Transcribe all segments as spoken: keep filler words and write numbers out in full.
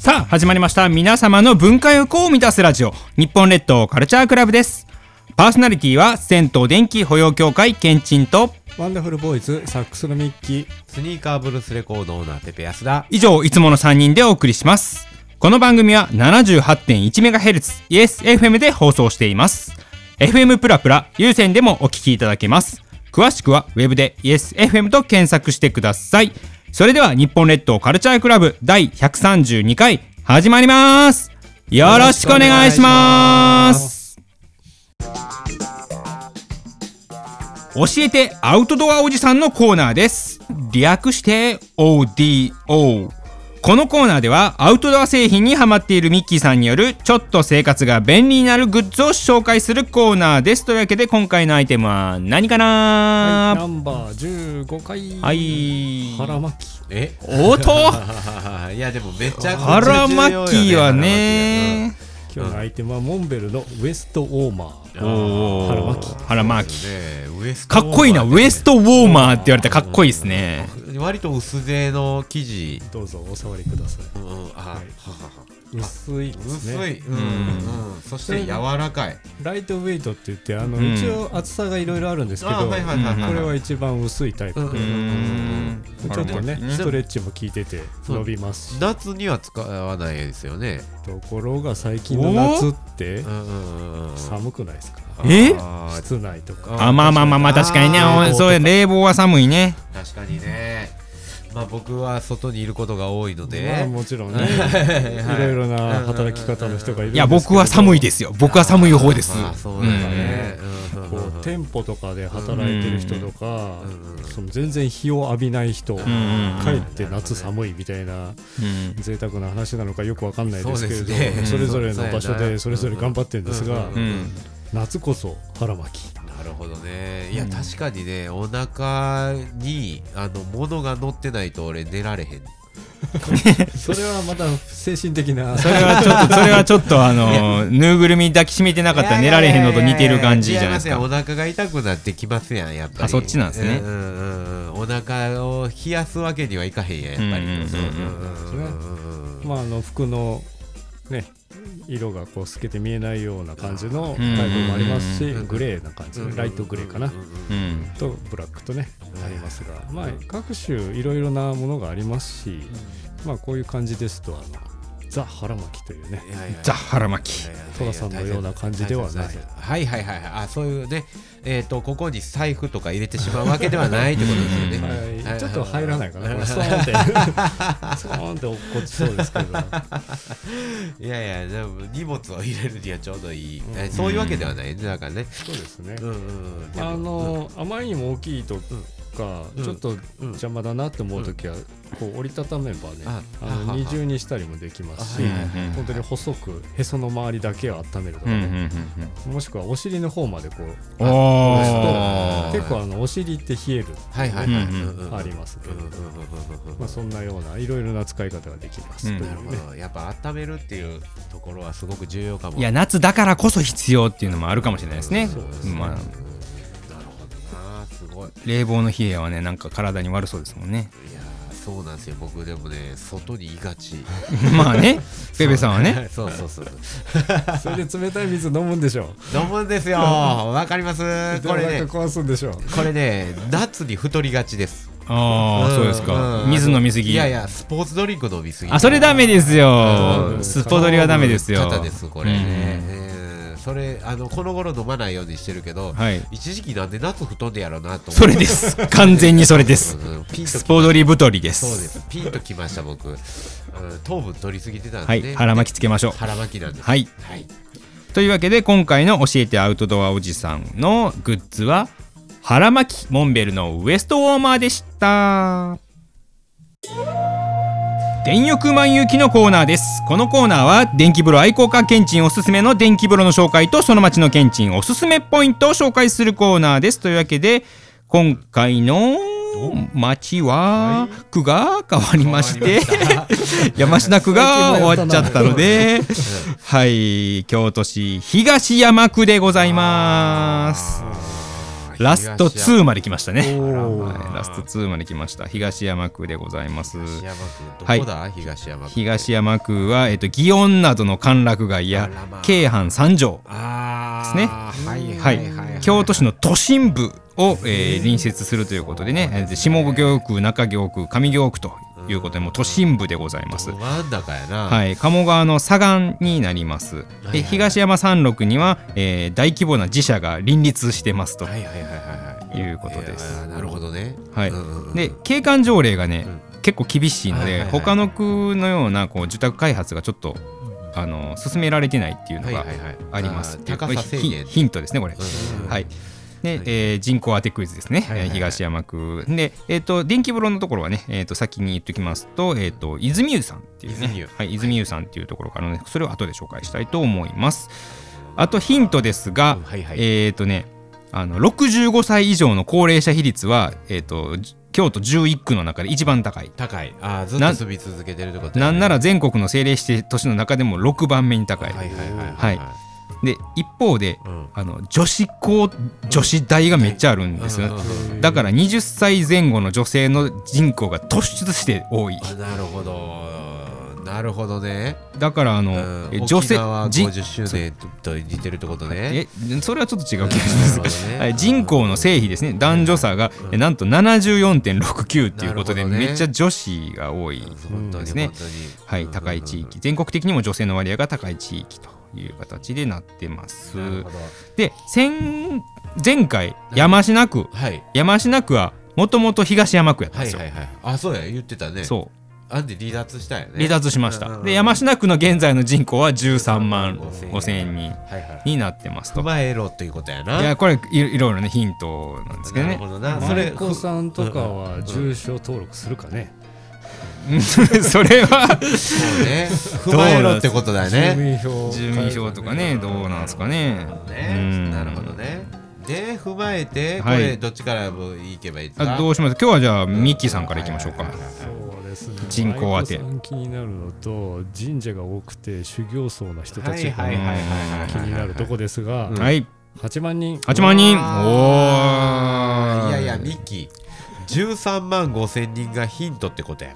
さあ始まりました。皆様の文化欲を満たすラジオ、日本列島カルチャークラブです。パーソナリティは銭湯電気保養協会ケンチンとワンダフルボーイズサックスのミッキー、 スニーカーブルースレコードオーナーペペヤスだ。 以上いつものさんにんでお送りします。この番組は ななじゅうはちてんいちメガヘルツ イエスエフエム で放送しています。 エフエム プラプラ有線でもお聞きいただけます。詳しくはウェブで イエスエフエム と検索してください。それでは日本列島カルチャークラブだいひゃくさんじゅうにかい始まります。よろしくお願いします。教えてアウトドアおじさんのコーナーです。略して オーディーオー。 このコーナーではアウトドア製品にハマっているミッキーさんによるちょっと生活が便利になるグッズを紹介するコーナーです。というわけで今回のアイテムは何かな、 はい、ナンバーじゅうごかい、 はい、 腹巻き。 えおっといやでもめっちゃ腹巻きはね、 今日のアイテムはモンベルのウエストウォーマー。 お腹巻き腹巻き、 ね、 かっこいいな。ウエストウォーマーって言われたらかっこいいですね。 割と薄手の生地。 どうぞお触りください。 うん、あ、はい、ははは薄いですね。 薄い、うんうん、そして柔らかい。 ライトウェイトって言ってあの、 うん、 一応厚さがいろいろあるんですけど、これは一番薄いタイプで、うん、ちょっとねストレッチも効いてて伸びますし、 夏には使わないですよね。 ところが最近の夏って寒くないですか？ え室内とか。 あ、まあまあまあまあ確かにね、そういう冷房は寒いね。 確かにね。まあ僕は外にいることが多いので、 まあもちろんねいろいろな働き方の人がいるんですけど、 いや僕は寒いですよ。僕は寒い方です。 あ、そうなんだね。 こう店舗とかで働いてる人とか、その全然日を浴びない人、帰って夏寒いみたいな贅沢な話なのかよくわかんないですけれど、 そ, ね、それぞれの場所でそれぞれ頑張ってるんですが、夏こそ腹巻き。 なるほどね。いや、うん、確かにね、お腹にあの物が乗ってないと俺寝られへん。 それはまた精神的なそれはちょっとそれはちょっとあのぬいぐるみ抱きしめてなかったら寝られへんのと似てる感じじゃないですか。 お腹が痛くなってきますやん、やっぱり。 あ、そっちなんですね。 うんうんうん、お腹を冷やすわけにはいかへんやん、やっぱり。 まああの服のね色がこう透けて見えないような感じのタイプもありますし、グレーな感じ、ライトグレーかな、とブラックとねありますが、まあ各種いろいろなものがありますし、まあこういう感じですとあのザ・腹巻きというね、 ザ・腹巻き、 トラさんのような感じではない。 はいはいはい、あ、そういうね、えっとここに財布とか入れてしまうわけではないってことですよね。はい、ちょっと入らないかな、ストーンってストーンって落っこちそうですけどいやいや、でも荷物を入れるにはちょうどいい、うん、そういうわけではないね、だからね。 そうですね、 うんうん、 あの、うん、あまりにも大きいとか、うん、ちょっと邪魔だなって思うときは、うん、こう折りたためばね、あの二重にしたりもできますし、本当に細くへその周りだけを温めるとかね、もしくはお尻の方までこう押すと結構あのお尻って冷えるありますけど、まあそんなようないろいろな使い方ができます、うん、というね。 やっぱ温めるっていうところはすごく重要かも。 いや、夏だからこそ必要っていうのもあるかもしれないですね。 そうですね、 まあすごい。 冷房の冷えはね、なんか体に悪そうですもんね。 いやそうなんですよ。僕でもね、外にいがちまあね、ペペさんはねそうそうそうそれで冷たい水飲むんでしょ。 飲むんですよ。わかります。これね、 壊すんでしょ。 これね、夏に太りがちです。 ああ、うん、そうですか、うん、水飲みすぎ。 いやいや、スポーツドリンク飲みすぎ。 あ、それダメですよ、スポドリはダメですよ。 方ですこれね、うんそれあのこの頃飲まないようにしてるけど、はい、一時期なんで夏太んでやろうなと思って。 それです、完全にそれです。ピンとスポドリ太りです。 そうです、ピンときました僕、うん、糖分取りすぎてたんで、ね、 はい、腹巻きつけましょう。 腹巻きなんです、 はいはい、というわけで今回の教えてアウトドアおじさんのグッズは腹巻きモンベルのウエストウォーマーでした。電浴満遊記のコーナーです。このコーナーは電気風呂愛好家ケンチンおすすめの電気風呂の紹介とその街のケンチンおすすめポイントを紹介するコーナーです。というわけで今回の街は区が変わりまして山科区が終わっちゃったのではい京都市東山区でございます。 ラストツーまで来ましたね。 はい、 ラストツーまで来ました。東山区でございます。 東山区どこだ、はい、東山区。 東山区は、えっと、祇園などの歓楽街や京阪三条ですね。 はいはいはい、 京都市の都心部を、えー、隣接するということでね、下京区、中京区、上京区ということで、もう都心部でございます。 真ん中やな。 はい、鴨川の左岸になります。はいはい、で東山山麓には、えー、大規模な寺社が林立してますということです。 なるほどね。 はい、うんうん、で景観条例がね、うん、結構厳しいので、はいはいはい、他の区のようなこう住宅開発がちょっとあの進められてないっていうのがあります。 はいはいはい、高さ制限ヒントですねこれ。うんうん、はい。で、えー、人口当てクイズですね、はいはいはい、東山区で、えー、と電気風呂のところはね、えー、と先に言っておきますと、えー、と泉湯さんっていうね、泉湯、はい、泉湯さんっていうところからの、ね、それを後で紹介したいと思います。あとヒントですが、うんはいはい、えっ、ー、とねあのろくじゅうごさい以上の高齢者比率は、えー、と京都じゅういっくの中で一番高い。 高い。あ、ずっと住み続けてるってこと、ね、 なんなら全国の政令指定都市の中でもろくばんめに高い。はいはいはいはい、はい、で一方で、うん、あの女子高女子大がめっちゃあるんですよ、うん、だからはたちぜん後の女性の人口が突出して多い。 なるほどなるほどね。 だからあの、 うん、女性はごじゅっしゅうねんと似てるってことね。 えそれはちょっと違う気がしますが、ね、はい、人口の成比ですね、男女差が、うん、なんと ななじゅうよんてんろくきゅう っていうことで、ね、めっちゃ女子が多いですね、はい、高い地域、全国的にも女性の割合が高い地域という形でなってます。で前, 前回山科区、はい、山科区はもともと東山区やったんですよ。はいはいはい、 あそうや言ってたね。そうあんで離脱したよね。 離脱しました。で山科区の現在の人口はじゅうさんまんごせんにんになってますと。 踏まえろっていうことやな。 いやこれ い, いろいろねヒントなんですけどね。なるほどな。 それ子さんとかは住所登録するかね。 それはそうね、踏まえろってことだよね。 住民票住民票とかね、どうなんですかね。 なるほどね。で踏まえてこれどっちからいけばいいですか。 どうします。今日はじゃあミッキーさんからいきましょうか。 そうですね、 人口当て気になるのと神社が多くて修行僧な人たちが気になるとこですが、はい、はちまんにん。 はちまんにん。おー、いやいやミッキーじゅうさんまんごせんにんがヒントってことやから、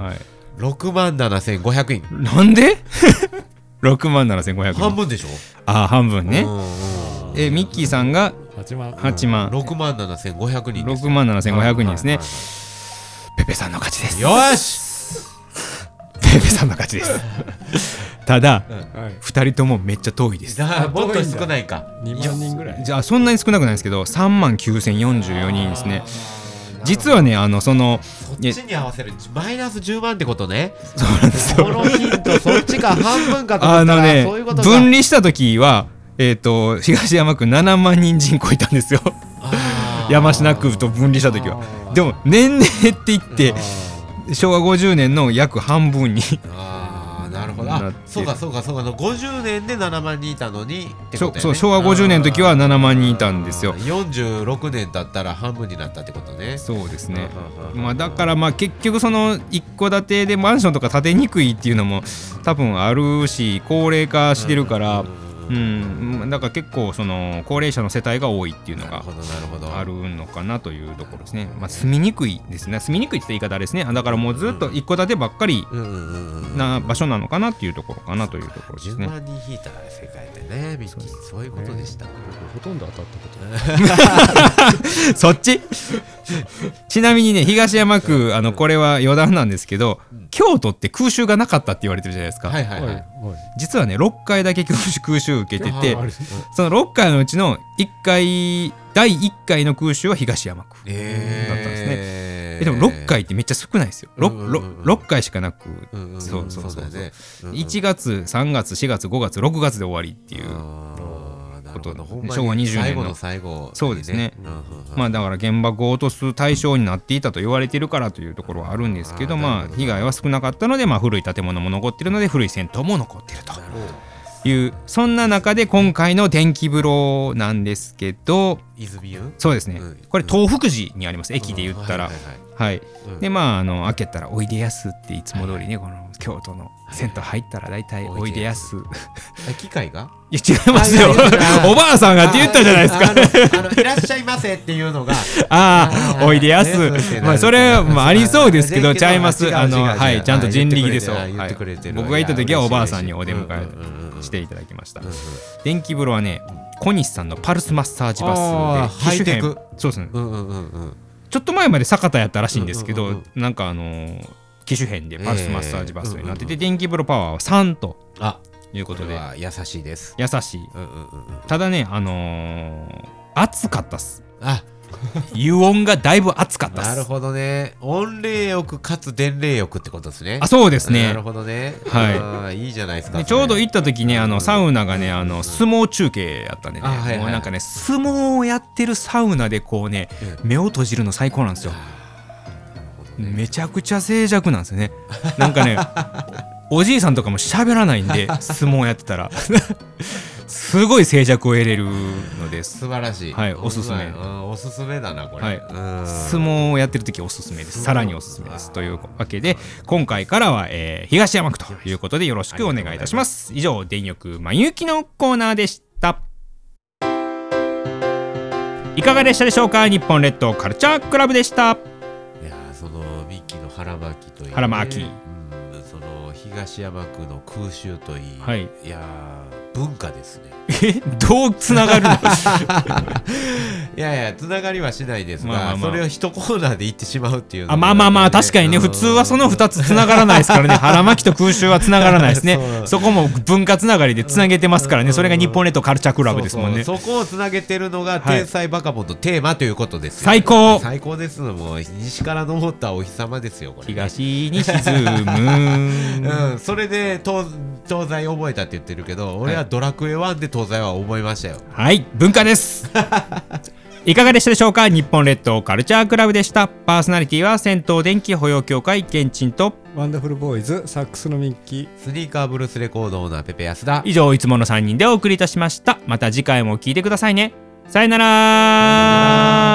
はい、ろくまんななせんごひゃくにん。 なんでろくまんななせんごひゃくにん。 半分でしょ。 ああ半分ね。えミッキーさんがはちまん。 はちまん。 ろくまんななせんごひゃくにんです。 ろくまんななせんごひゃくにんですね。ペペさんの勝ちです。 よしペペさんの勝ちですただ、うんはい、ふたりともめっちゃ遠いです。 もっと少ないか。 にまんにんぐらい。 じゃあそんなに少なくないですけどさんまんきゅうせんよんじゅうよにんですね。実はねあのそのそっちに合わせるマイナスじゅうまんってことね。 そうなんですよ。 このヒントそっちか半分かと思ったらあの、ね、そういうことか。 分離した時はえーと東山区ななまんにん人口いたんですよ山科区と分離した時は。でも年々減っていってしょうわごじゅうねんの約半分にあなるほど。あそうかそうかそうかごじゅうねんでななまんにんいたのにってことやね。 そうしょうわごじゅうねんの時はななまんにんいたんですよ。 よんじゅうろくねん経ったら半分になったってことね。 そうですね。まあだからまあ結局その一戸建てでマンションとか建てにくいっていうのも多分あるし高齢化してるからうん、だから結構その高齢者の世帯が多いっていうのがあるのかなというところですね。まあ、住みにくいですね。住みにくいって言い方ですね。だからもうずっと一戸建てばっかりな場所なのかなっていうところかなというところですね。 じゅうまんにん引いたら正解ってね、ミッキーそういうことでした。 ほとんど当たったことそっちちなみにね東山区あのこれは余談なんですけど、京都って空襲がなかったって言われてるじゃないですか。はいはいはい、実はねろっかいだけ空襲空襲受けてて、そのろっかいのうちのいっかいだいいっかいの空襲は東山区だったんですね。えー、でもろっかいってめっちゃ少ないですよ。 ろっかいしかなく、そうそうそうそういちがつさんがつしがつごがつろくがつで終わりっていうことしょうわにじゅうねんの最後の最後、 そうですね。まあだから原爆を落とす対象になっていたと言われているからというところはあるんですけど、まあ被害は少なかったので、まあ古い建物も残っているので古い銭湯も残っているというそんな中で今回の電気風呂なんですけど、 泉湯、 そうですね、うん、これ東福寺にあります。駅で言ったら、 はい、うん、でまああの開けたらおいでやすっていつも通りね、はい、この京都の銭湯入ったら大体おいでやす機械がいや違いますよおばあさんがって言ったじゃないですかあのいらっしゃいませっていうのがああおいでやす、まあそれはまあありそうですけどちゃいますあのはいちゃんと人力ですよ、はい、僕が行った時はおばあさんにお出迎えしていただきました。電気風呂はね小西さんのパルスマッサージバスでハイテクそうですね、うんうんうんうん、ちょっと前まで坂田やったらしいんですけど、うんうんうん、なんかあのー、機種変でパルスマッサージバスになってて、えーうんうんうん、電気風呂パワーはさんということで優しいです優しい、うんうんうん、ただねあのー、暑かったっすあ油温がだいぶ熱かったっす。 なるほどね。温冷浴かつ電冷浴ってことですね。 あそうですね。 なるほどね。 はい。 いいじゃないですか。 でちょうど行った時ねあのサウナがねあの相撲中継やったんでね、はいはい、もうなんかね相撲をやってるサウナでこうね、うん、目を閉じるの最高なんですよ。ね、めちゃくちゃ静寂なんですよね。なんかねおじいさんとかも喋らないんで相撲やってたらすごい静寂を得れるのです。 素晴らしい。 はい、おすすめ。 おすすめだなこれ。 はい、相撲をやってる時おすすめです。さらにおすすめですというわけで今回からは、えー、東山区ということでよろしくお願いいたします。以上電力まゆきのコーナーでした。いかがでしたでしょうか。日本列島カルチャークラブでした。 いやそのミッキーの腹巻きといい、ね、 腹巻き、うん、 その東山区の空襲といい、 はい、 いや文化ですね。 えどうつながるのいやいやつながりはしないですが、まあまあまあ、それを一コーナーで言ってしまうっていうの、ね、 あまあまあまあ確かにね、うん、普通はそのふたつつながらないですからね腹巻きと空襲はつながらないですねそ, そこも文化つながりでつなげてますからね、うん、それが日本列島カルチャークラブですもんね。 そうそうそこをつなげてるのが天才バカボンのテーマということですよ、 最高最高です。もう西から昇ったお日様ですよこれ、ね、 東に沈む、 うん、それで 東, 東西覚えたって言ってるけど俺はドラクエワンで東西は覚えましたよ。 はい文化ですいかがでしたでしょうか。日本列島カルチャークラブでした。パーソナリティは銭湯電気保養協会ケンチンとワンダフルボーイズサックスのミッキー、 スニーカーブルースレコードオーナーペペヤスだ。 以上いつものさんにんでお送りいたしました。また次回も聞いてくださいね。さよなら。